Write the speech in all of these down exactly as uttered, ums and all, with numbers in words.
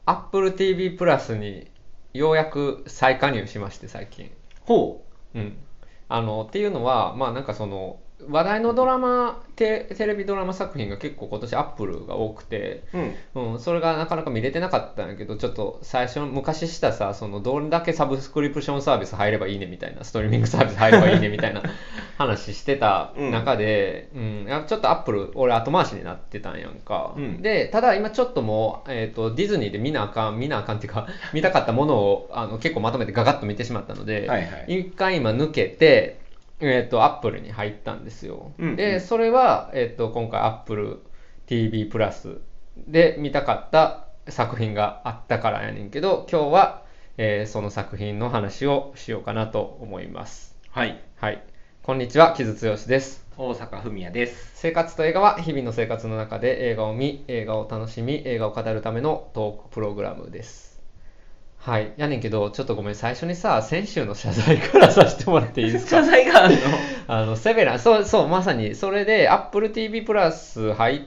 Apple ティーブイ プラスにようやく再加入しまして、最近。 ほうん。あの、っていうのは、まあなんかその、話題のドラマテ、テレビドラマ作品が結構今年アップルが多くて、 う。うん。 うん、それがなかなか見れてなかったんやけど、ちょっと最初昔したさ、そのどれだけサブスクリプションサービス入ればいいねみたいな、ストリーミングサービス入ればいいねみたいな話してたうん。 中で、うん、やちょっとアップル俺後回しになってたんやんか。 うん。 で、ただ今ちょっともう、えっと、ディズニーで見なあかん、見なあかんっていうか、見たかったものをあの結構まとめてガガッと見てしまったので、 はいはい。 一回今抜けて、えっと、アップルに入ったんですよ。 うんうで、 ん。 それは、えっと、今回アップル ティーブイ プラスで見たかった作品があったからやねんけど、今日は、えーその作品の話をしようかなと思います。 はい。 はい。こんにちは、木津剛です。 大阪文也です。 生活と映画は日々の生活の中で映画を見、映画を楽しみ、映画を語るためのトークプログラムです。はい。やねんけど、ちょっとごめん、最初にさ、先週の謝罪からさせてもらっていいです謝か？ 罪があるの？ あの、セベラン、そう、そう、まさに、それで Apple ティーブイ プラス入って、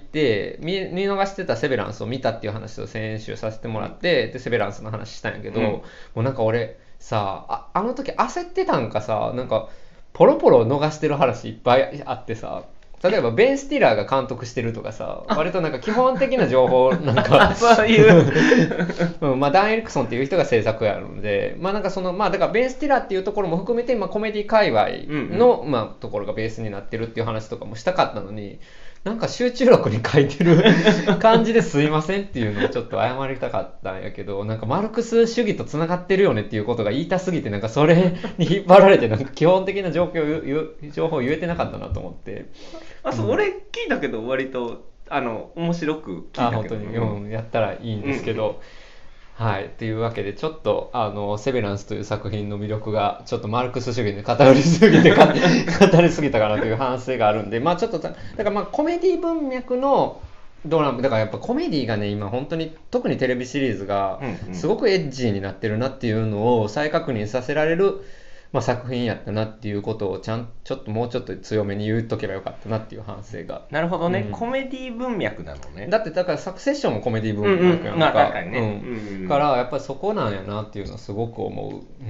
見、見逃してたセベランスを見たっていう話を先週させてもらって、で、セベランスの話したんやけど、 うん。 もうなんか俺、さ、あ、あの時焦ってたんかさ、なんか、ポロポロ逃してる話いっぱいあってさ、例えばベン・スティラーが監督してるとかさ、割となんか基本的な情報なんかそういう。 うん、まあダン・エリクソンっていう人が制作やるので、まあなんかその、まあだからベン・スティラーっていうところも含めて、まあコメディ界隈の、 うんうん。 まあところがベースになってるっていう話とかもしたかったのに、なんか集中力に書いてる感じですいませんっていうのをちょっと謝りたかったんやけど、なんかマルクス主義と繋がってるよねっていうことが言いたすぎて、なんかそれに引っ張られて、なんか基本的な状況を言う情報を言えてなかったなと思って。 あ、そう、 うん。 俺聞いたけど、割と、あの、面白く聞いあ、本当に、 たけどな。うん。 うん、やったらいいんうんうん。 ですけど、はい。というわけで、ちょっと、あの、セベランスという作品の魅力が、ちょっとマルクス主義で偏りすぎてか、語りすぎたかなという反省があるんで、まあちょっとだ、だからまあコメディ文脈のドラマ、だからやっぱコメディがね、今本当に、特にテレビシリーズが、 うんうん。 すごくエッジーになってるなっていうのを再確認させられる、まあ、作品やったなっていうことをちゃん、ちょっともうちょっと強めに言っとけばよかったなっていう反省が。 なるほどね。コうん。 メディ文脈なのね。 だってだからサクセッションもコメディうん文脈やうん。まあ確んか。 かにね。うんうん。 うんうん。 からやっぱりそこなんやなっていうのはすごく思う。うん、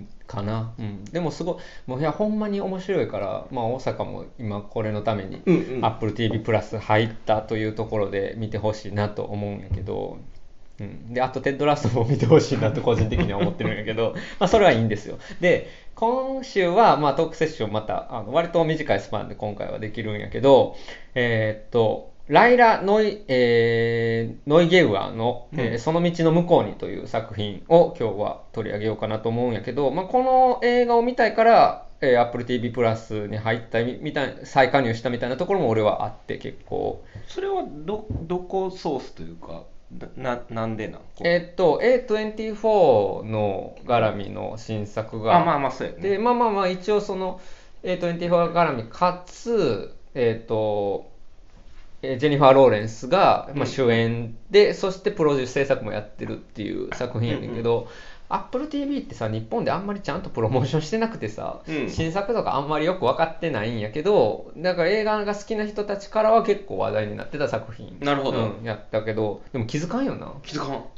かな。うん。でもすごい、もういやほんまに面白いから、まあ大阪も今これのためにうんうん。 Apple ティーブイ プラス入ったというところで見てほしいなと思うんやけど、うん、で、あとテッドラストも見てほしいなと個人的には思ってるんやけど、まあそれはいいんですよ。で、今週はまあトークセッションまた、あの割と短いスパンで今回はできるんやけど、えーっと、ライラ・ノイ、えーノイゲウアーの、 うん。 えーその道の向こうにという作品を今日は取り上げようかなと思うんやけど、まあ、この映画を見たいから、えー Apple ティーブイ プラスに入ったみたい、再加入したみたいなところも俺はあって結構、 それはど、どこソースというか、な、なんでなんこえーっと、エーにじゅうよん の絡みの新作あ、 があまあまあ、そうやって、 ね。 まあまあまあ、一応その エーにじゅうよん 絡みかつ、えーっと、えージェニファー・ローレンスが、まあ、 うん。 主演で、そしてプロデュース制作もやってるっていう作品やねんけうんうんど、Apple ティーブイ ってさ、日本であんまりちゃんとプロモーションしてなくてさ、 うん。 新作とかあんまりよく分かってないんやけど、だから映画が好きな人たちからは結構話題になってた作品、 なるほど。 うん、やったけど、でも気づかんよな。 気づかん。 うん、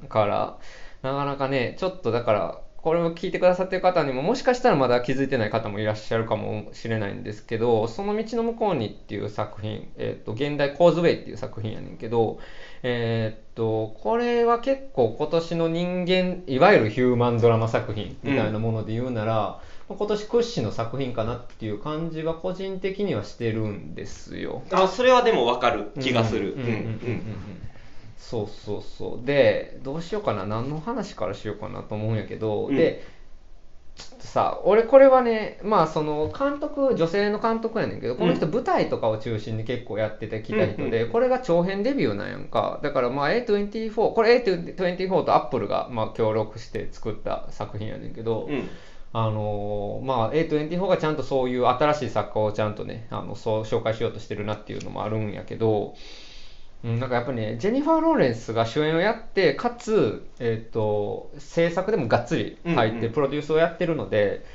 から、なかなかね、ちょっとだから、これを聞いてくださってる方にも、もしかしたらまだ気づいてない方もいらっしゃるかもしれないんですけど、その道の向こうにっていう作品、えっと、現代コーズウェイっていう作品やねんけど、えっと、これは結構今年の人間、いわゆるヒューマンドラマ作品みたいなうん。 もので言うなら、今年屈指の作品かなっていう感じは個人的にはしてるんですよ。 あ、それはでもわかるうん、うん、うん、うん、 気がする。 うん、 うん。 うん。そうそうそう。で、どうしようかな。何の話からしようかなと思うんやけど、 うん。うん。 で、ちょっとさ、俺これはね、まあその監督、女性の監督やねんけど、この人うん。 舞台とかを中心に結構やっててきうん。うた人で、こん。 れが長編デビューなんやんか。だからまあ エーにじゅうよん、これ エーにじゅうよん とアップルがまあ協力して作った作品やねんけど、 うん。 あのーまあ エーにじゅうよん がちゃんとそういう新しい作家をちゃんとね、あの、そう紹介しようとしてるなっていうのもあるんやけど、うん、なんかやっぱりね、ジェニファー・ローレンスが主演をやって、かつ、えっと、制作でもがっつりうん。う入って、 ん。 プロデュースをやってるので、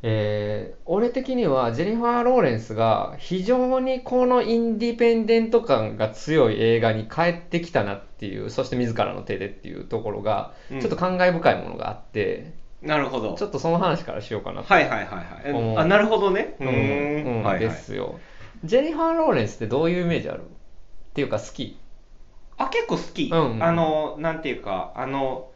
えー俺的にはジェニファー・ローレンスが非常にこのインディペンデント感が強い映画に帰ってきたなっていう、そして自らの手でっていうところがうんちょっと感慨深いものがあって、 なるほど。 ちょっとその話からしようかなとはいはいはいはい。 思う。 あ、なるほどね。ううん、 ーん。 うんはいはい。 ですよ。ジェニファー・ローレンスってどういうイメージあるっていうか好き？ あ、結構好き。 うんうんあの、なんていうか、あの、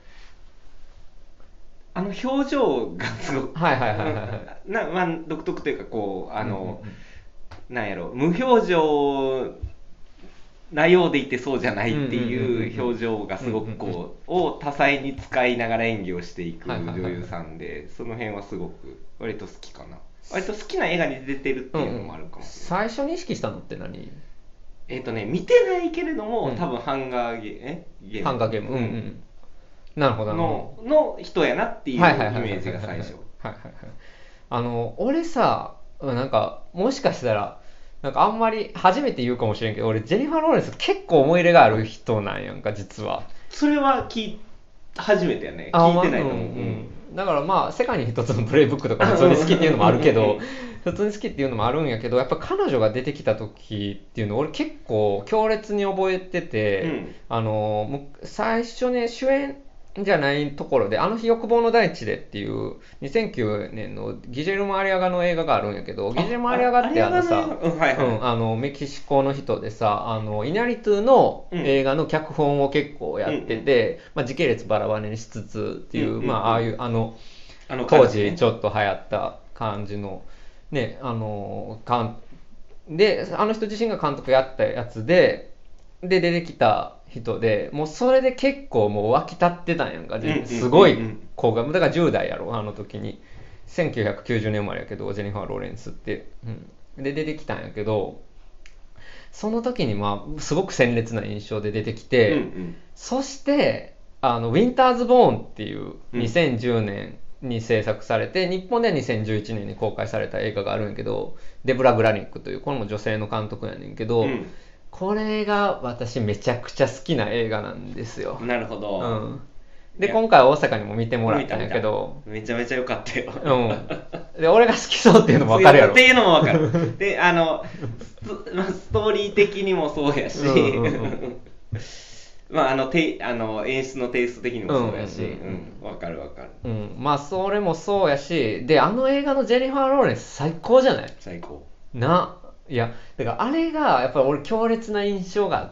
あの表情がすごく、 はいはいはいはいはいうんな、まあ、独特というか、こう、あの、 うんうんうんなんやろ、無表情なようでいてそうじゃないっていう表情がすごくこう、を多彩に使いながら演技をしていくはいはいはい女優さんで、その辺はすごく割と好きかな。割と好きな映画に出てるっていうのもあるかもしれない。 最初に意識したのって何？ えっ、とね、見てないけれども、 うん多分ハンガーゲーム、えゲームハンガーゲーム。うんうん。なるほどなるほの、の人やなっていうイメど。はいはいはいはいージが最初。 はいはいはい。あの、俺さ、うんなんか、もしかしたら、なんかあんまり初めて言うかもしれんけど、俺、ジェニファー・ローレンス結構思い入れがある人なんやんか、実は。 それは聞い、初めてやね。 あ聞いてないと思う。 うんうんだからまあ、世界に一つのプレイブックとか普通に好きっていうのもあるけど、普通に好きっていうのもあるんやけど、やっぱ彼女が出てきた時っていうのを俺結構強烈に覚えてて、 うんあの、もう最初ね、主演じゃないところで、あの日欲望の大地でっていうにせんきゅうねんのギジェルモ・アリアガの映画があるんやけど、ギジェルモ・アリアガってあのさ、 ああれはねうんはいはいうんあのメキシコの人でさ、あのイニャリトゥの映画の脚本を結構やってて、まあ、時系列バラバラにしつつっていう、 うんうんまあ、ああいうあのあの当感じね時ちょっと流行った感じのね、あのかんであの人自身が監督やったやつでで出てきた人で、もうそれで結構もう湧き立ってたんやんか、 うんうんうんうんすごい子が、だからじゅう代やろあの時に、せんきゅうひゃくきゅうじゅうねん生まれやけどジェニファー・ローレンスって、うん、で出てきたんやけど、その時にまあすごく鮮烈な印象で出てきて、 うんうんそしてあのウィンターズ・ボーンっていううんにせんじゅうねんに制作されて、日本ではにせんじゅういちねんに公開された映画があるんやけど、デブラ・グラニックというこれも女性の監督やねんけど、 うんこれが私めちゃくちゃ好きな映画なんですよ。 なるほど。 うん、でいや今回大阪にも見てもらったんやけど、 めちゃめちゃ良かったよ。 うん、で俺が好きそうっていうのも分かるやろ。 っていうのも分かる。で、あの、スまあストーリー的にもそうやし、 うんうんうんまあ、あの、てあの演出のテイスト的にもそうやし、 ううんうんうんん、分かる分かる。 うん、まあそれもそうやし、であの映画のジェニファー・ローレンス最高じゃない？ 最高。 ないやだからあれがやっぱり俺強烈な印象があって、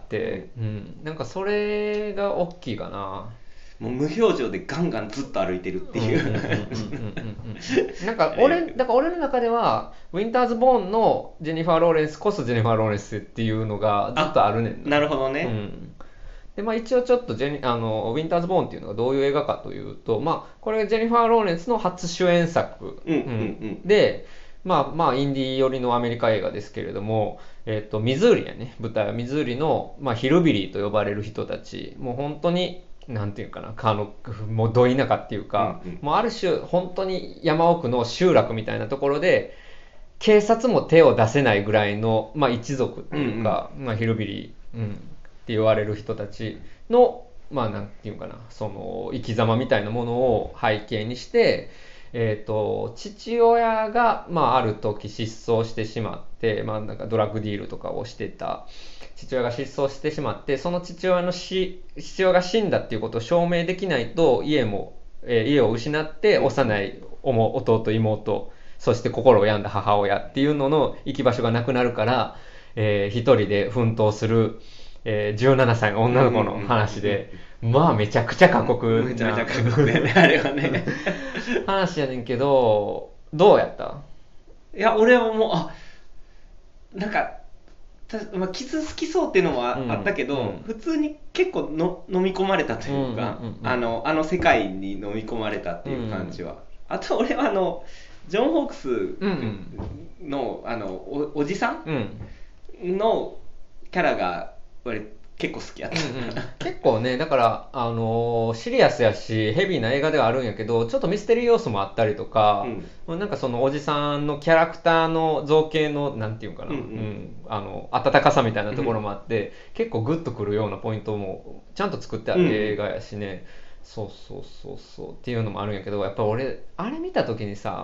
うん、なんかそれが大きいかな。 もう無表情でガンガンずっと歩いてるっていう。 なんか俺だから俺の中ではウィンターズ・ボーンのジェニファー・ローレンスこそジェニファー・ローレンスっていうのがずっとあるねんなるほどね。 うんでまあ、一応ちょっとジェニあのウィンターズ・ボーンっていうのがどういう映画かというと、まあ、これがジェニファー・ローレンスの初主演作、 うんうんうんで、まあ、まあインディー寄りのアメリカ映画ですけれども、えっとミズーリやね、舞台はミズーリの、まあ、ヒルビリーと呼ばれる人たち、もう本当になんていうかな、あのもうど田舎っていうか、 うんうんもうある種本当に山奥の集落みたいなところで警察も手を出せないぐらいの、まあ、一族っていうか、まあ、ヒルビリー、うんって言われる人たちの、まあなんていうかな、その生き様みたいなものを背景にして、えー、と父親が、まあ、ある時失踪してしまって、まあ、なんかドラッグディールとかをしてた父親が失踪してしまって、その父親の死父親が死んだっていうことを証明できないと家も、えー家を失って幼い弟妹、そして心を病んだ母親っていうのの行き場所がなくなるから、えー一人で奮闘する、えーじゅうななさいの女の子の話で、まあめちゃくちゃ過酷なめちゃめちゃ過酷だよね、あれはね。 話やねんけど、どうやった？ いや、俺はもう、あ、なんか、たまあ、傷つきそうっていうのもあ,、 うんったけど、 うん普通に結構の飲み込まれたというか、 うんうんうんうんあのあの世界に飲み込まれたっていう感じは、あと俺はあのジョン・ホークスうんの、あの お, おじさうんんのキャラが俺結構好きやった、 うんうん、結構ね、だから、あのーシリアスやしヘビーな映画ではあるんやけど、ちょっとミステリー要素もあったりとか、なんかそのおじさんのキャラクターの造形のなんていうかな、 うんうんうんあの温かさみたいなところもあって、結構グッとくるようなポイントもちゃんと作ってある映画やしね、そうそうそうそうっていうのもあるんやけど、やっぱ俺あれ見た時にさ、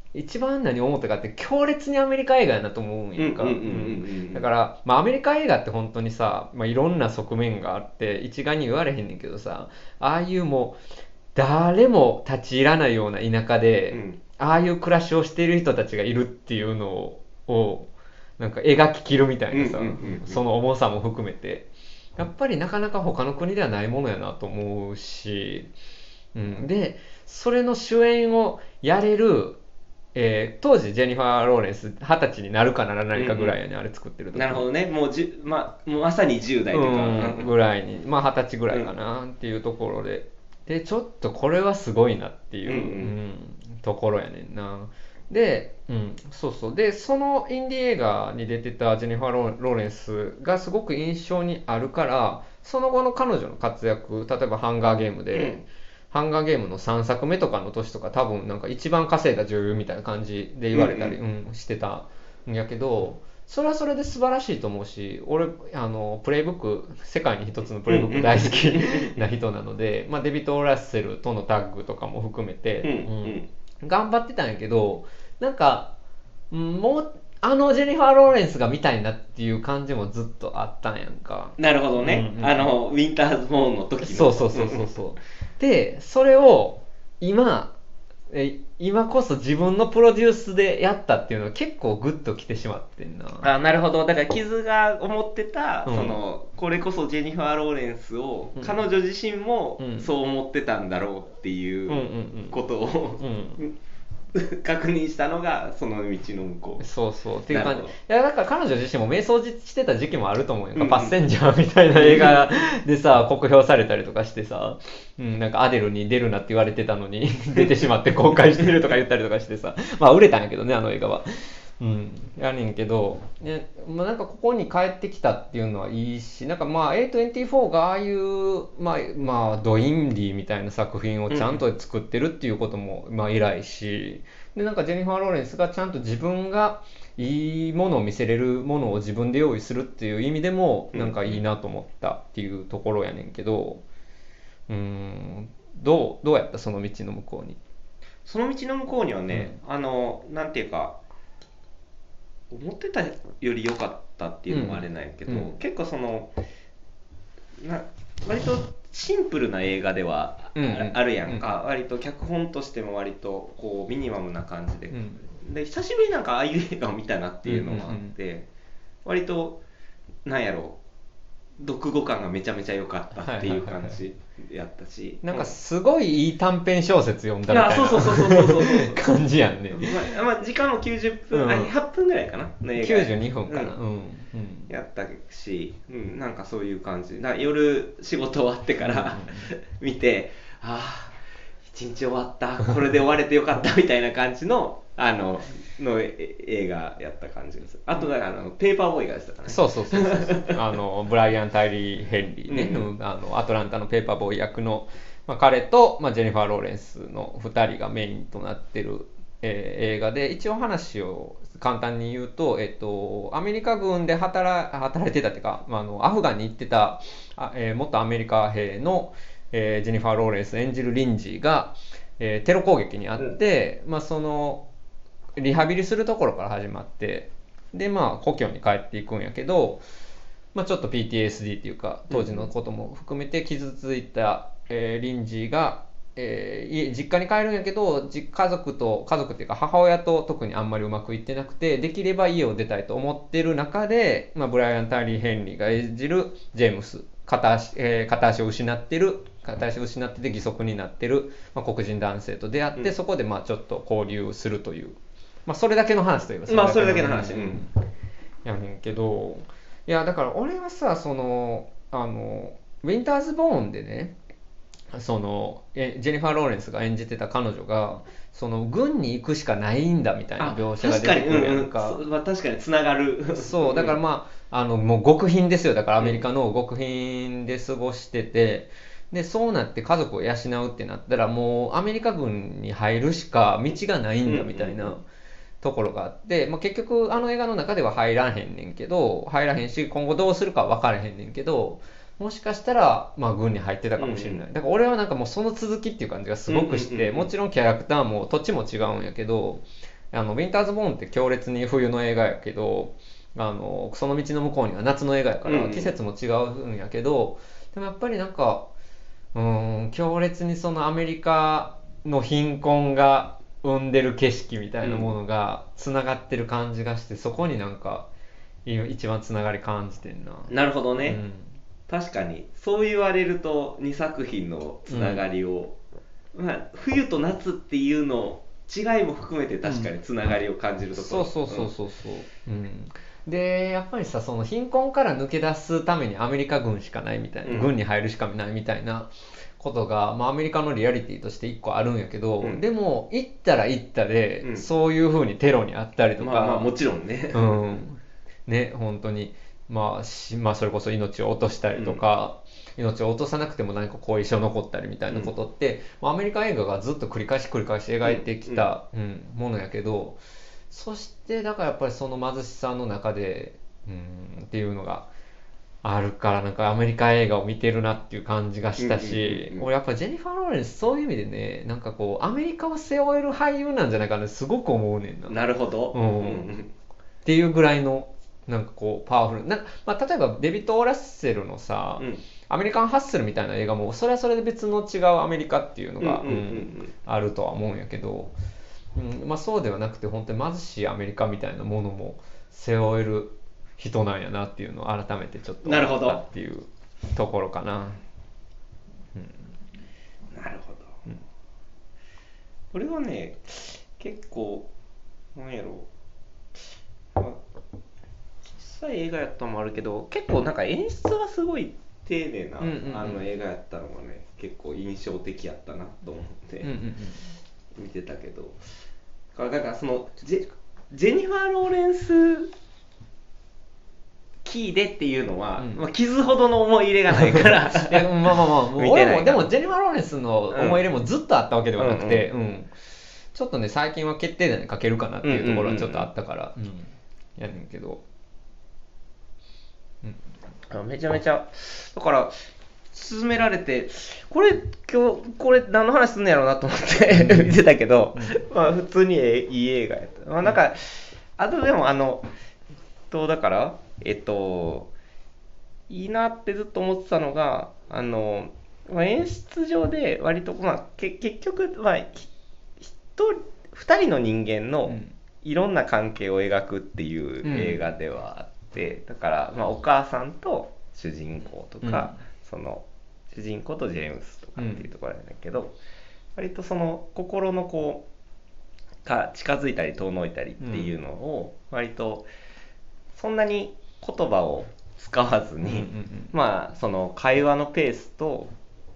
一番何思ったかって強烈にアメリカ映画やなと思うんやんか。 うんうんうんうんうんだから、まあ、アメリカ映画って本当にさ、まあ、いろんな側面があって一概に言われへんねんけどさ、ああいうもう誰も立ち入らないような田舎で、 うんああいう暮らしをしている人たちがいるっていうのを、をなんか描ききるみたいなさ、 うんうんうんうんその重さも含めてやっぱりなかなか他の国ではないものやなと思うし、うん、でそれの主演をやれる、えー当時ジェニファー・ローレンスはたちになるかならないかぐらいやね、あれ作ってる時なるほどね。もうじゅ、まあ、もうまさにじゅう代というか、 うん、ぐらいに、まあ二十歳ぐらいかなっていうところで、で、ちょっとこれはすごいなっていう、 うんうんうんところやねんな。で、うん、そうそう。で、そのインディ映画に出てたジェニファー・ローローレンスがすごく印象にあるから、その後の彼女の活躍、例えばハンガーゲームで、 うんハンガーゲームのさんさくめとかの年とか多分なんか一番稼いだ女優みたいな感じで言われたり、 ううんしてたんやけど、それはそれで素晴らしいと思うし、俺、あの、プレイブック、世界に一つのプレイブック大好きな人なので、まあ、デビッド・ラッセルとのタッグとかも含めて、 うんうん頑張ってたんやけど、なんか、うんもう、あのジェニファー・ローレンスが見たいなっていう感じもずっとあったんやんか。 なるほどね、 うんうんあのウィンターズ・ボーンの時のそうそうそうそうそう。で、それを今、え今こそ自分のプロデュースでやったっていうのは結構グッときてしまってんな。 あ、なるほど。だから傷が思ってた、 うんそのこれこそジェニファー・ローレンスを、 うん彼女自身もうんそう思ってたんだろうっていうんうんううんことを、 うん確認したのがその道の向こう。 そうそうっていう感じ。いなるほやだから彼女自身も瞑想してた時期もあると思うよ、 うんうんパッセンジャーみたいな映画でさ酷評されたりとかしてさ、うん、なんかアデルに出るなって言われてたのに出てしまって公開してるとか言ったりとかしてさ、まあ売れたんやけどねあの映画は。うん、やねんけど、ねまあ、なんかここに帰ってきたっていうのはいいし、なんかまあ エートゥエンティーフォー がああいうまあまあドインディーみたいな作品をちゃんと作ってるっていうこともまあ偉いし、でなんかジェニファー・ローレンスがちゃんと自分がいいものを見せれるものを自分で用意するっていう意味でもなんかいいなと思ったっていうところやねんけど、うーんどうどうやったその道の向こうに。 その道の向こうにはね、あのなんていうか思ってたより良かったっていうのもあれなんやけど、 うんうん結構そのな割とシンプルな映画ではあ,、 うんうんあるやんか、割と脚本としても割とこうミニマムな感じで、 うんで久しぶりになんかああいう映画を見たなっていうのもあって、割となんやろう読後感がめちゃめちゃ良かったっていう感じやったし、 なんかすごいいい短編小説読んだみたいいやそうそうそうそうそうそうな感じやんね。 まあ、まあ時間もきゅうじゅっぷん、 うんあひゃっぷんぐらいかなの映画きゅうじゅうにふんかな。 ううんん。うんやったし、うん、なんかそういう感じな夜仕事終わってから見て、ああ一日終わったこれで終われてよかったみたいな感じのあののえ映画やった感じです。あとだからあのペーパーボーイがやってたからね。 そうそうそうそうあのブライアン・タイリー・ヘンリーね、 うんうんあのアトランタのペーパーボーイ役の、まあ、彼と、まあ、ジェニファー・ローレンスのふたりがメインとなってる、えー映画で、一応話を簡単に言うと、えっと、アメリカ軍で働働いてたっていうか、まあ、あのアフガンに行ってたあ、えー元アメリカ兵の、えージェニファー・ローレンス演じるリンジーが、えーテロ攻撃にあって、まあ、そのリハビリするところから始まって、でまあ故郷に帰っていくんやけど、まあ、ちょっと ピーティーエスディー っていうか当時のことも含めて傷ついた、えーリンジーが、えー家実家に帰るんやけど、じ家族と家族っていうか母親と特にあんまりうまくいってなくて、できれば家を出たいと思ってる中で、まあ、ブライアン・タイリー・ヘンリーが演じるジェームス、片足、えー片足を失ってる片足を失ってて義足になってる、まあ、黒人男性と出会って、 うんそこでまあちょっと交流するという、まあ、それだけの話といえばまあそれだけの話、 ううんんやねんけど、いやだから俺はさ、そのあのウィンターズ・ボーンでね、そのえジェニファー・ローレンスが演じてた彼女がその軍に行くしかないんだみたいなあ描写が確かに、 出てくるやうんんか。 うん、まあ確かにつながる。 そうだからまああのもう極貧ですよ。だからアメリカの極貧で過ごしてて、でそうなって家族を養うってなったらもうアメリカ軍に入るしか道がないんだみたいなところがあって、まあ、結局あの映画の中では入らへんねんけど入らへんし、今後どうするかは分からへんねんけど、もしかしたらまあ軍に入ってたかもしれない。だから俺はなんかもうその続きっていう感じがすごくして、もちろんキャラクターも土地も違うんやけど、 あのウィンターズ・ボーンって強烈に冬の映画やけど、あのその道の向こうには夏の映画やからうんうん季節も違うんやけど、でもやっぱりなんかうーん強烈にそのアメリカの貧困が生んでる景色みたいなものがつながってる感じがして、そこになんかい一番つながり感じてんな。 なるほどね、 うん確かにそう言われるとにさく品のつながりを、まあ、冬と夏っていうの違いも含めて確かにつながりを感じるところ、 そうそうそうそうそう、うんでやっぱりさ、その貧困から抜け出すためにアメリカ軍しかないみたいな、 うん軍に入るしかないみたいなことが、まあ、アメリカのリアリティとして一個あるんやけど、 うんでも行ったら行ったで、 うんそういう風にテロにあったりとか、 まあまあもちろんね、 うんね本当に、まあしまあ、それこそ命を落としたりとか、命を落とさなくても何か後遺症残ったりみたいなことって、まあアメリカ映画がずっと繰り返し繰り返し描いてきた、うんものやけど、そしてだからやっぱりその貧しさの中で、うんっていうのがあるから、なんかアメリカ映画を見てるなっていう感じがしたし、 うんうんうんうん俺やっぱジェニファー・ローレンスそういう意味でね、なんかこうアメリカを背負える俳優なんじゃないかなすごく思うねんな。 なるほど、 うんっていうぐらいのなんかこうパワフルな、まあ、例えばデビッド・オーラッセルのさ、 うんアメリカン・ハッスルみたいな映画もそれはそれで別の違うアメリカっていうのが、 うんうんうんうんうんあるとは思うんやけど、うんまあ、そうではなくて本当に貧しいアメリカみたいなものも背負える人なんやなっていうのを改めてちょっとなるほど思ったっていうところかな。 なるほど、 うんこれはね結構なんやろう、まあ小さい映画やったのもあるけど結構なんか演出がすごい丁寧な、 うんうんうんあの映画やったのがね結構印象的やったなと思ってうんうんうん見てたけど、だからなんかそのジェ、ジェニファー・ローレンスキーでっていうのは、 うんまあ、傷ほどの思い入れがないからいやまあまあまあもう見てないから俺もでもジェニファー・ローレンスの思い入れもずっとあったわけではなくて、 うんうんちょっとね最近は決定打にかけるかなっていうところはちょっとあったから、うんやねんけど、うんあめちゃめちゃだから勧められてこれ今日これ何の話すんのやろうなと思って見てたけど、まあ普通にえいい映画やった、まあ、なんかあとでもあのえっとだからえっといいなってずっと思ってたのがあの、まあ、演出上で割とまあけ結局まあひ一人二人の人間のうんいろんな関係を描くっていう映画ではあって、だから、まあ、お母さんと主人公とか、その主人公とジェームスとかっていうところなんだけど、割とその心のこうが近づいたり遠のいたりっていうのを割とそんなに言葉を使わずに、 うんうんうんまあその会話のペースと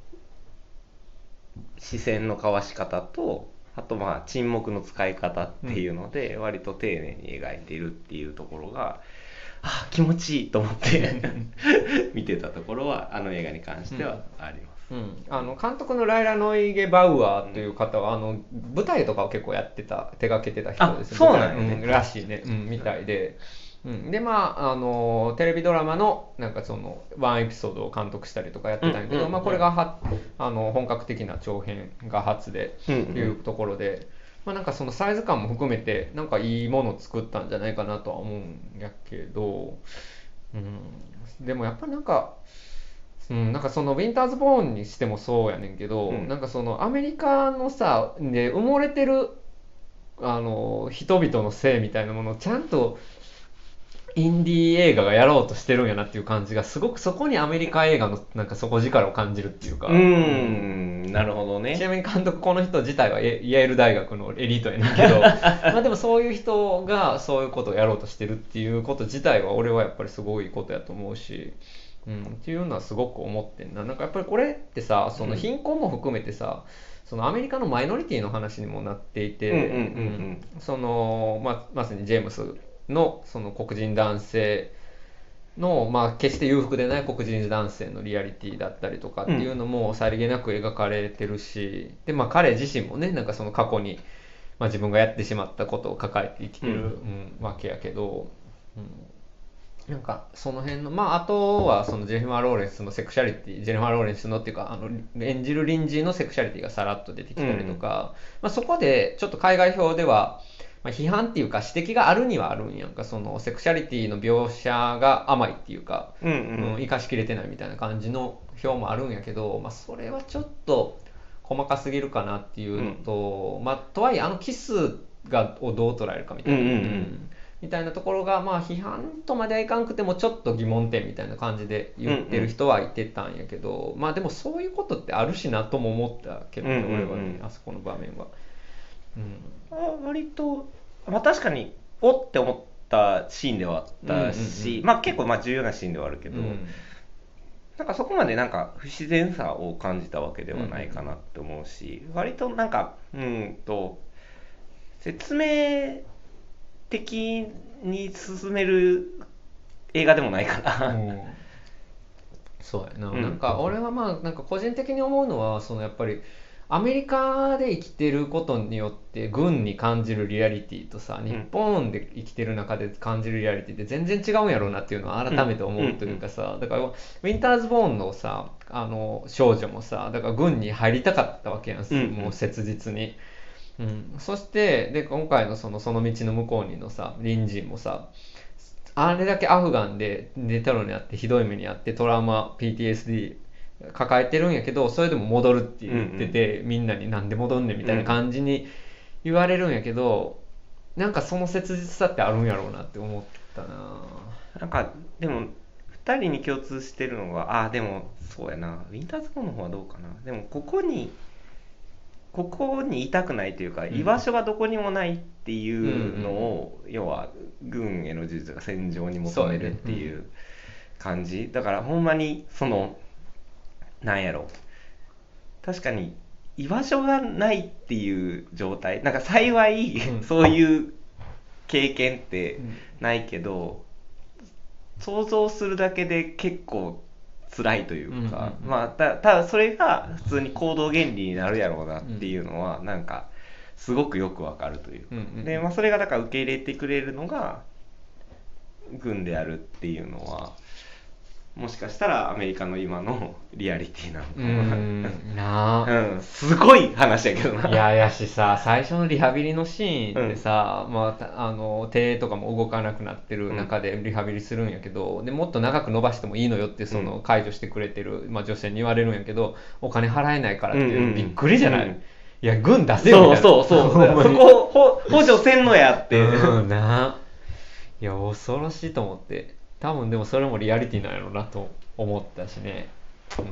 視線の交わし方とあとまあ沈黙の使い方っていうので割と丁寧に描いているっていうところが、あ気持ちいいと思って見てたところはあの映画に関してはあります。 うん、あの監督のライラ・ノイゲ・バウアーという方は、あの舞台とかを結構やってた手掛けてた人ですあそうなんやね舞台うんらしいね、うん、みたいで、うん、でまああのテレビドラマのなんかそのワンエピソードを監督したりとかやってたんやけど、 うんうんうんまあ、これがはあの本格的な長編が初でうんうんいうところで、まあ、なんかそのサイズ感も含めてなんかいいものを作ったんじゃないかなとは思うんやけど、うん、でもやっぱりなんかうん、なんかそのウィンターズ・ボーンにしてもそうやねんけど、 うんなんかそのアメリカのさで埋もれてるあの人々の性みたいなものをちゃんとインディー映画がやろうとしてるんやなっていう感じがすごく、そこにアメリカ映画のなんか底力を感じるっていうか、 うーんなるほどね。 ちなみに監督この人自体はイェイェール大学のエリートやねんけどまあでもそういう人がそういうことをやろうとしてるっていうこと自体は俺はやっぱりすごいことやと思うし、うん、っていうのはすごく思ってんな。なんかやっぱりこれってさ、その貧困も含めてさ、そのアメリカのマイノリティの話にもなっていて、 うんうんうんうんうんそのまあ、まさにジェームスのその黒人男性の、まあ、決して裕福でない黒人男性のリアリティだったりとかっていうのもさりげなく描かれてるし、で、まあ、彼自身もねなんかその過去に、まあ、自分がやってしまったことを抱えて生きてる、 うんうんわけやけど、うん、なんかその辺のまああとはそのジェニファー・ローレンスのセクシャリティジェニファー・ローレンスのっていうかあの演じるリンジーのセクシャリティがさらっと出てきたりとか、まあ、そこでちょっと海外表ではまあ、批判っていうか指摘があるにはあるんやんか。そのセクシャリティの描写が甘いっていうか、 うんうんうん、生かしきれてないみたいな感じの表もあるんやけど、まあ、それはちょっと細かすぎるかなっていうのと、まあ、とはいえあのキスがをどう捉えるかみたいな、 うんうんうんうんみたいなところが、まあ、批判とまではいかんくてもちょっと疑問点みたいな感じで言ってる人はいてたんやけど、まあでもそういうことってあるしなとも思ったけどね、 うんうんうん俺はね、あそこの場面は。うんあ割と、まあ、確かにおって思ったシーンではあったし、 うんうんうんまあ結構まあ重要なシーンではあるけど、 うんなんかそこまでなんか不自然さを感じたわけではないかなって思うし、割となんかうんと説明的に進める映画でもないかな。 うんそうやな、 うんなんか俺はまあなんか個人的に思うのはそのやっぱりアメリカで生きてることによって軍に感じるリアリティとさ、日本で生きてる中で感じるリアリティって全然違うんやろうなっていうのは改めて思うというかさ、だからウィンターズボーンのさあの少女もさだから軍に入りたかったわけやん、 うんうんもう切実に。うん、そしてで今回のそのその道の向こうにのさ隣人もさあれだけアフガンでネテロにあってひどい目にあってトラウマ ピーティーエスディー 抱えてるんやけどそれでも戻るって言ってて、うんうん、みんなになんで戻んねんみたいな感じに言われるんやけど、うん、なんかその切実さってあるんやろうなって思ったな。 なんかでもふたりに共通してるのがあでもそうやなウィンターズボーンの方はどうかな。でもここにここにいたくないというか、うん、居場所がどこにもないっていうのを、うんうん、要は軍への従事が戦場に求めるっていう感じ、ねうん、だからほんまにそのなんやろ確かに居場所がないっていう状態なんか幸い、うん、そういう経験ってないけど、うん、想像するだけで結構辛いというか、うんうんうん、まあただそれが普通に行動原理になるやろうなっていうのはなんかすごくよくわかるというか、うんうん、でまあそれがだから受け入れてくれるのが軍であるっていうのはもしかしたらアメリカの今のリアリティなのかな。 うんなあ、 うん、すごい話やけどな。 いややしさ最初のリハビリのシーンでさ、うんまあ、あの手とかも動かなくなってる中でリハビリするんやけど、うん、でもっと長く伸ばしてもいいのよってその解除してくれてる、まあ、女性に言われるんやけどお金払えないからっていう、うんうん、びっくりじゃない、うん、いや軍出せよみたいなそうそうそうそこ補助せんのやって、 うん、ないや恐ろしいと思って多分でもそれもリアリティなんやろうなと思ったしね、うん、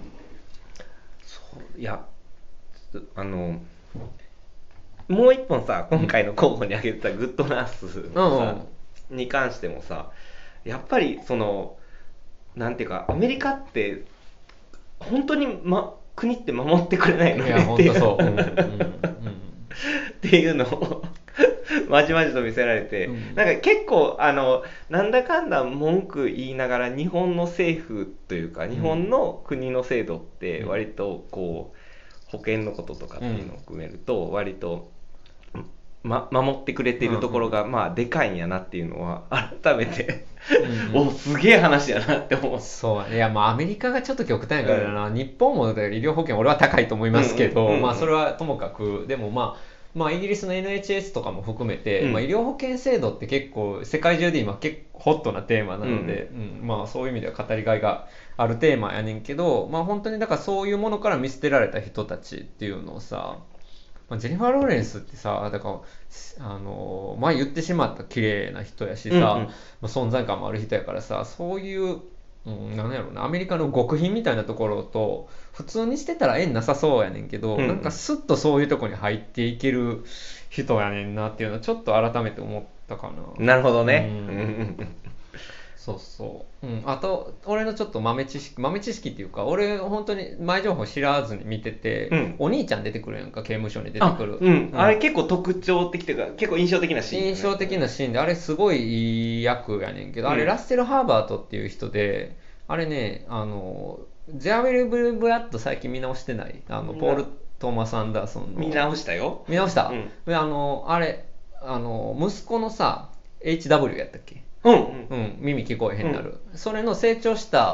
そういやあのもう一本さ今回の候補に挙げてたグッドナースのさ、うん、に関してもさやっぱりそのなんていうかアメリカって本当に、ま、国って守ってくれないのねっていう、うんうんうん、っていうのをまじまじと見せられて、うん、なんか結構あのなんだかんだ文句言いながら日本の政府というか日本の国の制度って割とこう保険のこととかっていうのを含めると割と、ま、守ってくれてるところがまあでかいんやなっていうのは改めてうん、うん、おすげえ話やなって思う。 そういやまあアメリカがちょっと極端やからな、うん、日本も医療保険俺は高いと思いますけど、うんうんうんうん、まあそれはともかくでもまあまあ、イギリスの エヌエイチエス とかも含めて、うんまあ、医療保険制度って結構世界中で今結構ホットなテーマなので、うんうんまあ、そういう意味では語りがいがあるテーマやねんけど、まあ、本当にだからそういうものから見捨てられた人たちっていうのをさ、まあ、ジェニファー・ローレンスってさだからあの前言ってしまった綺麗な人やしさ、うんうんまあ、存在感もある人やからさそういううん、なんやろうなアメリカの極貧みたいなところと普通にしてたら縁なさそうやねんけど、うん、なんかスッとそういうところに入っていける人やねんなっていうのはちょっと改めて思ったかな。 なるほどね、うん、 そうそう、うん、あと俺のちょっと豆知識豆知識っていうか俺本当に前情報知らずに見てて、うん、お兄ちゃん出てくるやんか刑務所に出てくるあ,、うんうん、あれ結構特徴的というか結構印象的なシーン、ね、 印象的なシーンであれすごいいい役やねんけど、うん、あれラッセル・ハーバートっていう人であれねあのゼアウェル・ブル・ブラッド最近見直してないあのポール・トーマス・アンダーソンの見直したよ見直した、うん、あのあれあの息子のさ エイチダブリュー やったっけうん、うんうん、耳聞こえへんなる、うん、それの成長した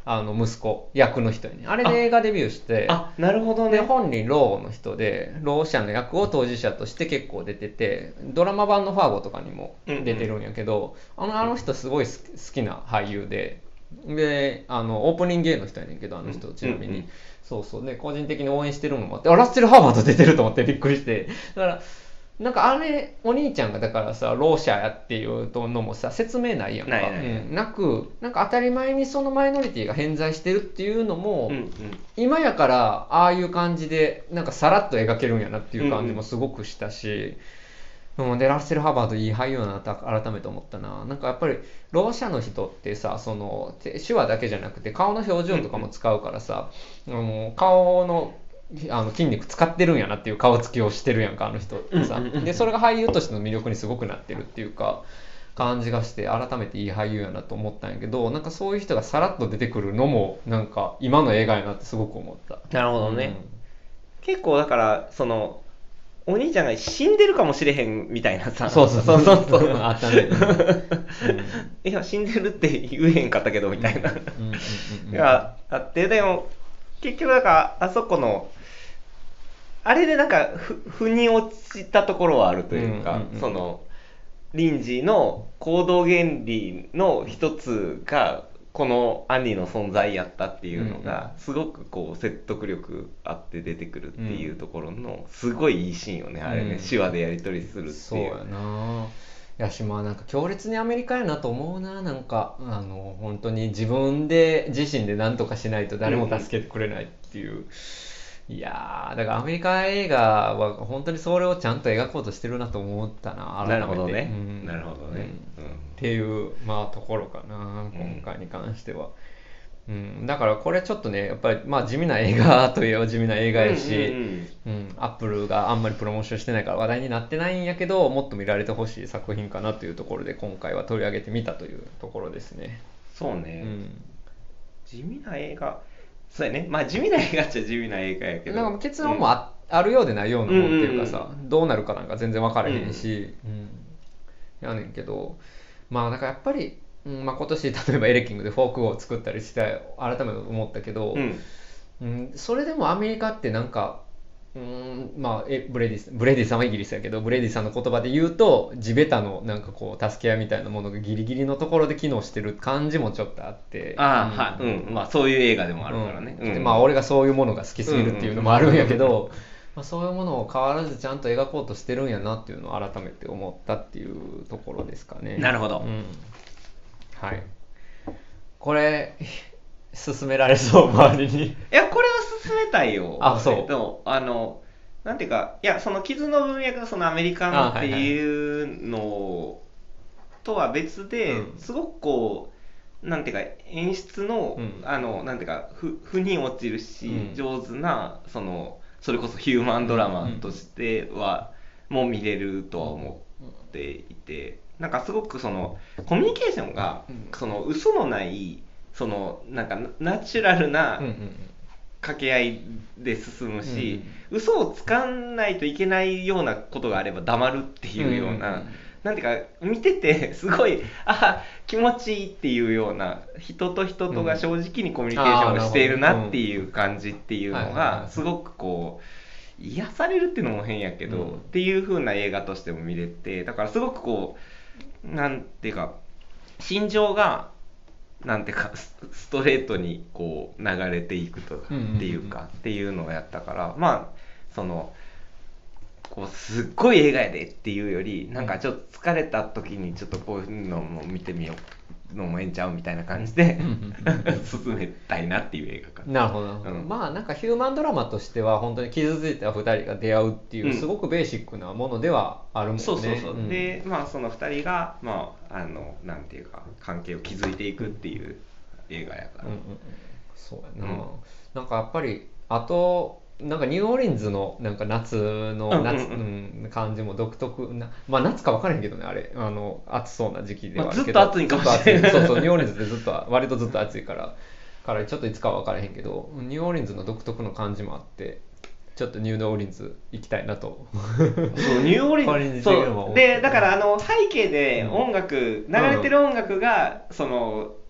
あの息子役の人やね。あれで映画デビューして、 あ、なるほどでね。 本人ろうの人で、ろう者の役を当事者として結構出てて、ドラマ版のファーゴとかにも出てるんやけど、うんうん、あのあの人すごい好きな俳優で、であのオープニング芸の人やねんけど、あの人ちなみに、うんうんうん、そうそうで個人的に応援してるのもあって、あ、ラッセル・ハーバード出てると思ってびっくりして、だからなんかあれお兄ちゃんがだからさ、ろう者やっていうのもさ説明ないやんか。 ないないない、 うん、なく、なんか当たり前にそのマイノリティが偏在してるっていうのも、 うんうん、 今やからああいう感じでなんかさらっと描けるんやなっていう感じもすごくしたし、うんうん、でラッセル・ハーバードいい俳優だなと改めて思ったな。なんかやっぱりろう者の人ってさ、その手話だけじゃなくて顔の表情とかも使うからさ、うんうん、あの顔のあの筋肉使ってるんやなっていう顔つきをしてるやんか、あの人ってさ。でそれが俳優としての魅力にすごくなってるっていうか感じがして、改めていい俳優やなと思ったんやけど、なんかそういう人がさらっと出てくるのもなんか今の映画やなってすごく思った。 なるほどね、うん、結構だからそのお兄ちゃんが死んでるかもしれへんみたいなさ、 そうそうそうそうそうあったね、 うん、いや死んでるって言えへんかったけどみたいな、うん、があって、でも結局だからあそこのあれでなんかふ腑に落ちたところはあるというか、うんうんうん、そのリンジーの行動原理の一つがこの兄の存在やったっていうのがすごくこう説得力あって出てくるっていうところのすごいいいシーンよね、あれね、うん、手話でやり取りするっていう。 そうやな。やし、まあなんか強烈にアメリカやなと思うな。なんかあの本当に自分で自身で何とかしないと誰も助けてくれないっていう、うんいやーだからアメリカ映画は本当にそれをちゃんと描こうとしてるなと思ったな、改めて。 なるほどね、うん、なるほどね、 うんうん、っていうまあところかな、今回に関しては、うん、だからこれちょっとねやっぱりまあ地味な映画といえば地味な映画やし、うんうんうんうん、アップルがあんまりプロモーションしてないから話題になってないんやけど、もっと見られてほしい作品かなというところで今回は取り上げてみたというところですね。 そうね、うん、地味な映画、そうやね、まあ地味な映画っちゃ地味な映画やけど、 なんか結論も あ,、うん、あるようでないようなもんっていうかさ、うんうんうん、どうなるかなんか全然分からへんし、うんうん、やねんけど、まあだからやっぱり、うんまあ、今年例えばエレキングでフォークを作ったりして改めて思ったけど、うんうん、それでもアメリカってなんかうんまあ、えブレディブレディさんはイギリスやけど、ブレディさんの言葉で言うと地べたのなんかこう助け合いみたいなものがギリギリのところで機能してる感じもちょっとあって、 ああ、うん、はい、うん、まあそういう映画でもあるからね、 うんうん、まあ俺がそういうものが好きすぎるっていうのもあるんやけど、まあ、そういうものを変わらずちゃんと描こうとしてるんやなっていうのを改めて思ったっていうところですかね。 なるほど、 うん、はいこれ勧められそう周りに。いやこれは勧めたいよ。 あそう。 でもあのなんていうか、いやその傷の文脈がそのアメリカンっていうのとは別で、はいはい、すごくこうなんていうか演出の、うん、あのなんていうかふ腑に落ちるし、うん、上手なそのそれこそヒューマンドラマとしては、うん、もう見れるとは思っていて、なんかすごくそのコミュニケーションが、うん、その嘘のないそのなんかナチュラルな掛け合いで進むし、うんうん、嘘をつかないといけないようなことがあれば黙るっていうような、うんうんうん、なんていうか見ててすごいあ気持ちいいっていうような、人と人とが正直にコミュニケーションをしているなっていう感じっていうのがすごくこう癒されるっていうのも変やけど、うん、っていう風な映画としても見れて、だからすごくこうなんていうか心情がなんてかストレートにこう流れていくとっていうかっていうのをやったから、まあそのこうすっごい映画やでっていうより、なんかちょっと疲れた時にちょっとこういうのも見てみようのもええんちゃうみたいな感じで進めたいなっていう映画かな。なるほど、うん、まあなんかヒューマンドラマとしては本当に傷ついたふたりが出会うっていうすごくベーシックなものではあるもんね、うん、 そうそうそう、うん、でまあそのふたりがまああのなんていうか関係を築いていくっていう映画やから、うんうんうん、 そうやな、うん、なんかやっぱりあとなんかニューオーリンズのなんか夏の夏、うんうんうん、感じも独特な、まあ夏か分からへんけどね、あれあの暑そうな時期ではあるけど、 まあ、ずっと暑いかもしれない。 そうそうニューオーリンズってずっと割とずっと暑いからからちょっといつかは分からへんけど、ニューオーリンズの独特の感じもあって、ちょっとニューオーリンズ行きたいなと。 そうニューオーリンズそうでだからあの背景で音楽、うん、流れてる音楽が、うん、その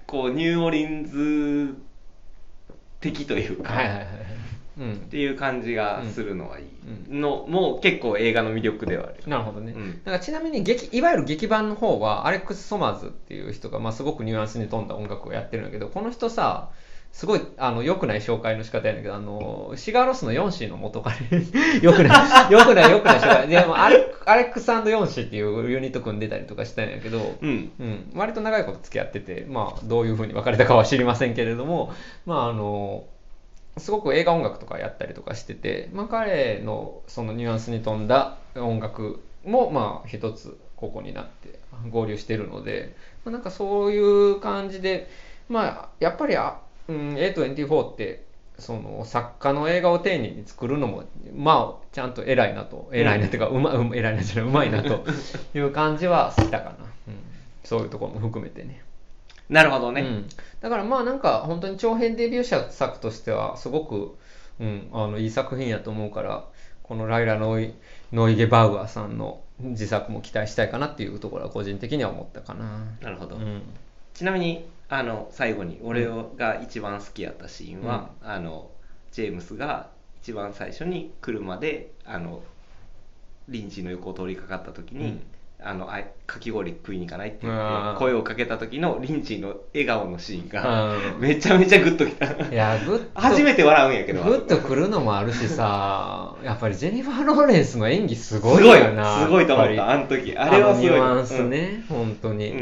こうニューオーリンズ的というか、 はいはいはいはい、うん、 っていう感じがするのはいいのも結構映画の魅力ではある。 なるほどね、 うん、 だからちなみに劇いわゆる劇版の方はアレックス・ソマーズっていう人が、まあ、すごくニュアンスに富んだ音楽をやってるんだけど、この人さすごいあの良くない紹介の仕方やねんけど、あのシガーロスのヨンシーの元彼良くない良くない良くない紹介でもアレアレックス&ヨンシーっていうユニット組んでたりとかしたんやけど、 うんうん、割と長いこと付き合ってて、まあ、どういう風に別れたかは知りませんけれども、まああのすごく映画音楽とかやったりとかしてて、まあ、彼のそのニュアンスに富んだ音楽もまあ一つここになって合流してるので、まあ、なんかそういう感じで、まあ、やっぱりあ、うん、エートゥエンティフォー ってその作家の映画を丁寧に作るのもまあちゃんと偉いなと偉いなっていうか、うん、うまう偉いなじゃないうまいなという感じはしたかな、うん、そういうところも含めてね。 なるほどね、 うん、だからまあなんか本当に長編デビュー作としてはすごく、うん、あのいい作品やと思うから、このライラ・ノイ・ノイゲバウアーさんの自作も期待したいかなっていうところは個人的には思ったかな。 なるほど、 うん、 ちなみにあの最後に俺が一番好きやったシーンは、うん、あのジェームスが一番最初に車であのリンチの横を通りかかった時に、うん、あのあかき氷食いに行かないって言って声をかけた時のリンチの笑顔のシーンがめちゃめちゃグッときた。いやグッと初めて笑うんやけどグッとくるのもあるしさやっぱりジェニファー・ローレンスの演技すごいよな。 すごいすごいと思ったあの時。あれはすごいニュアンスね、うん、本当に、 うんうん、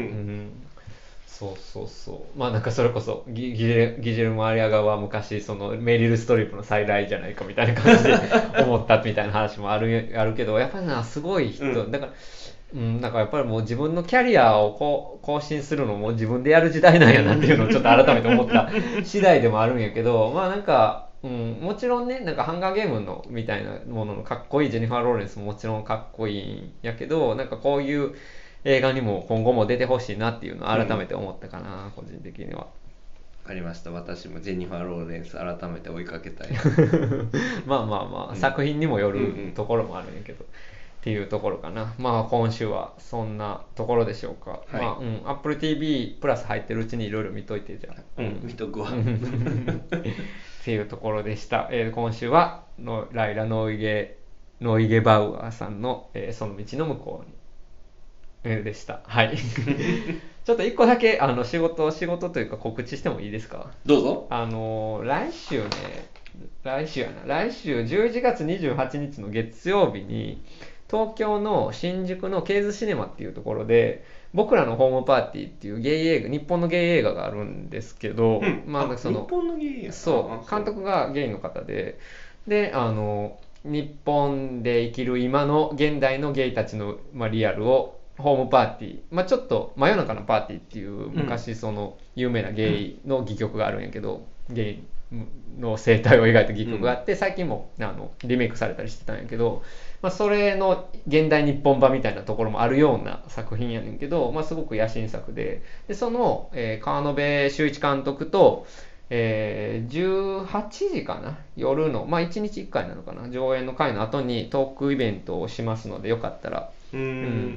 そうそうそうまあなんかそれこそギギジェルモ・アリアガは昔そのメリル・ストリップの再来じゃないかみたいな感じで思ったみたいな話もあるあるけど、やっぱりなすごい人、うん、だからうん、なんかやっぱりもう自分のキャリアをこう更新するのも自分でやる時代なんやなっていうのをちょっと改めて思った次第でもあるんやけど、まあなんか、うん、もちろんねなんかハンガーゲームのみたいなもののかっこいいジェニファー・ローレンスももちろんかっこいいんやけど、なんかこういう映画にも今後も出てほしいなっていうのを改めて思ったかな、うん、個人的には。 ありました。私もジェニファー・ローレンス改めて追いかけたいまあまあまあ、うん、作品にもよるところもあるんやけど、うんうんっていうところかな。まあ今週はそんなところでしょうか。はい、まあ、うん、Apple ティーブイ プラス入ってるうちにいろいろ見といてじゃあ。 うん、見とくわ。 っていうところでした。えー、今週はのライラ・ノイゲノイゲバウアーさんの、えー、その道の向こうに、えー、でした。はい。ちょっと一個だけあの仕事仕事というか告知してもいいですか。 どうぞ。 あの来週ね、来週やな。来週じゅういちがつにじゅうはちにちの月曜日に。東京の新宿のケーズシネマっていうところで僕らのホームパーティーっていうゲイ映画日本のゲイ映画があるんですけど、 うん、 まあその日本のゲイ映画そう監督がゲイの方でであの日本で生きる今の現代のゲイたちの、まあ、リアルをホームパーティー、まあ、ちょっと真夜中のパーティーっていう昔その有名なゲイの戯曲があるんやけど、うん、ゲイの生態を描いた戯曲があって、うん、最近もあのリメイクされたりしてたんやけど、まあ、それの現代日本版みたいなところもあるような作品やねんけど、まあ、すごく野心作 で, でその、えー、川野辺修一監督と、えー、じゅうはちじかな夜の、まあ、いちにちいっかいなのかな上演の回の後にトークイベントをしますのでよかったらうーん、うん、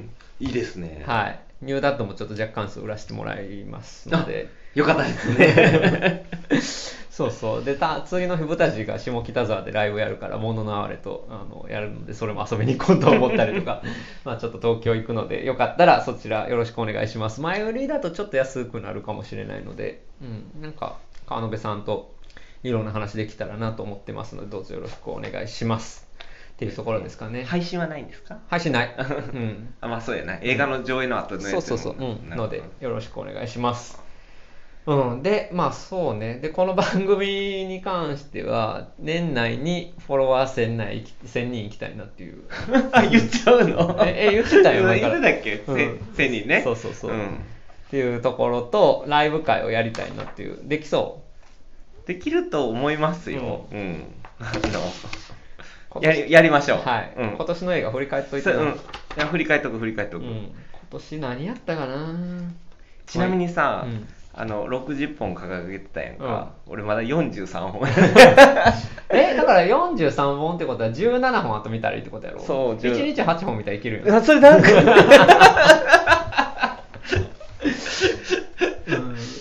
いいですね。 はい、ニューダットもちょっと若干数売らせてもらいますのでよかったですね。 そうそうでた次の日ブタジが下北沢でライブやるからもののあわれとあのやるのでそれも遊びに行こうと思ったりとかまあちょっと東京行くのでよかったらそちらよろしくお願いします。前売りだとちょっと安くなるかもしれないので、うん、なんか川野辺さんといろんな話できたらなと思ってますのでどうぞよろしくお願いしますっていうところですかね。 配信はないんですか。 配信ない、うん、 あまあそうやな映画の上映の後のやつ、 うん、そうそうそう、うん、のでよろしくお願いします。うん、でまあそうねでこの番組に関しては年内にフォロワーせんにん行きたいなっていうあ言っちゃうのええ言ってたよ前からいつだっけ、うん、せんにんねそうそうそう、うん、っていうところとライブ会をやりたいなっていうできそうできると思いますよ、うん、うん、あのやりやりましょう、 はいうん、今年の映画振り返っといて、うん、いや振り返っとく振り返っとく、うん、 今年何やったかな。 ちなみにさ、うんあのろくじゅっぽん掲げてたやんか、うん、俺まだよんじゅうさんほんえだからよんじゅうさんぼんってことはじゅうななほん後見たらいいってことやろ。 そういちにちはちほん見たらいけるよ、ね、 それなんか、うん、それ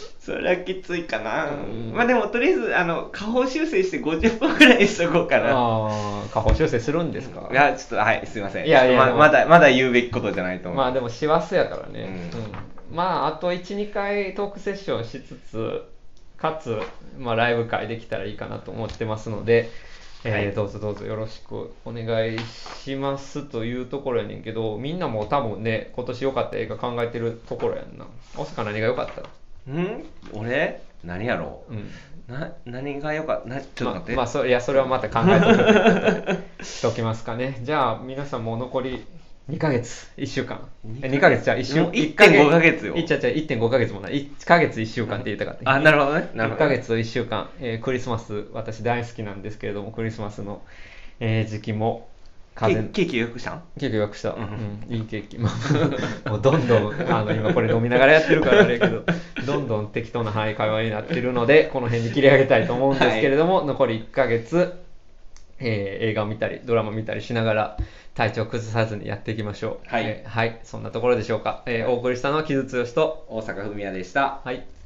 はきついかな、 うんまあでもとりあえずあの下方修正してごじゅっパーセントぐらいにしとこうかな。 ああ、下方修正するんですか？ いやちょっとはいすいません。 いやいやままだまだ言うべきことじゃないと思う。 まあでも師走やからね、 うんうんまああといち、にかいトークセッションしつつかつ、まあ、ライブ会できたらいいかなと思ってますので、えーはいどうぞどうぞよろしくお願いしますというところやねんけど、みんなも多分ね今年良かった映画考えてるところやんな。大阪何が良かった？ ん俺何やろう、 うんな何がよかったなちょっと待って、 まあ、まあそいやそれはまた考えておくということでしときますかね。じゃあ皆さんもう残りにかげつ、いっしゅうかん、えにかげつじゃあいっしゅうもういってんごかげつよいっちゃっちゃいってんごかげつもないいっかげついっしゅうかんって言いたかった。 あなるほどねなる 1 ほどヶ月といっしゅうかん、えークリスマス私大好きなんですけれども、クリスマスの、えー時期も風ケケーキ予約したん？ ケーキ予約した、 うんうん、いいケーキ、まあ、もうどんどんあの今これ飲みながらやってるからあれやけどどんどん適当なはい会話になってるのでこの辺に切り上げたいと思うんですけれども、残りいっかげつ、えー映画を見たりドラマ見たりしながら体調崩さずにやっていきましょう。 はいえーはい、そんなところでしょうか。えーお送りしたのは木津剛と、 大阪文也でした。 はい。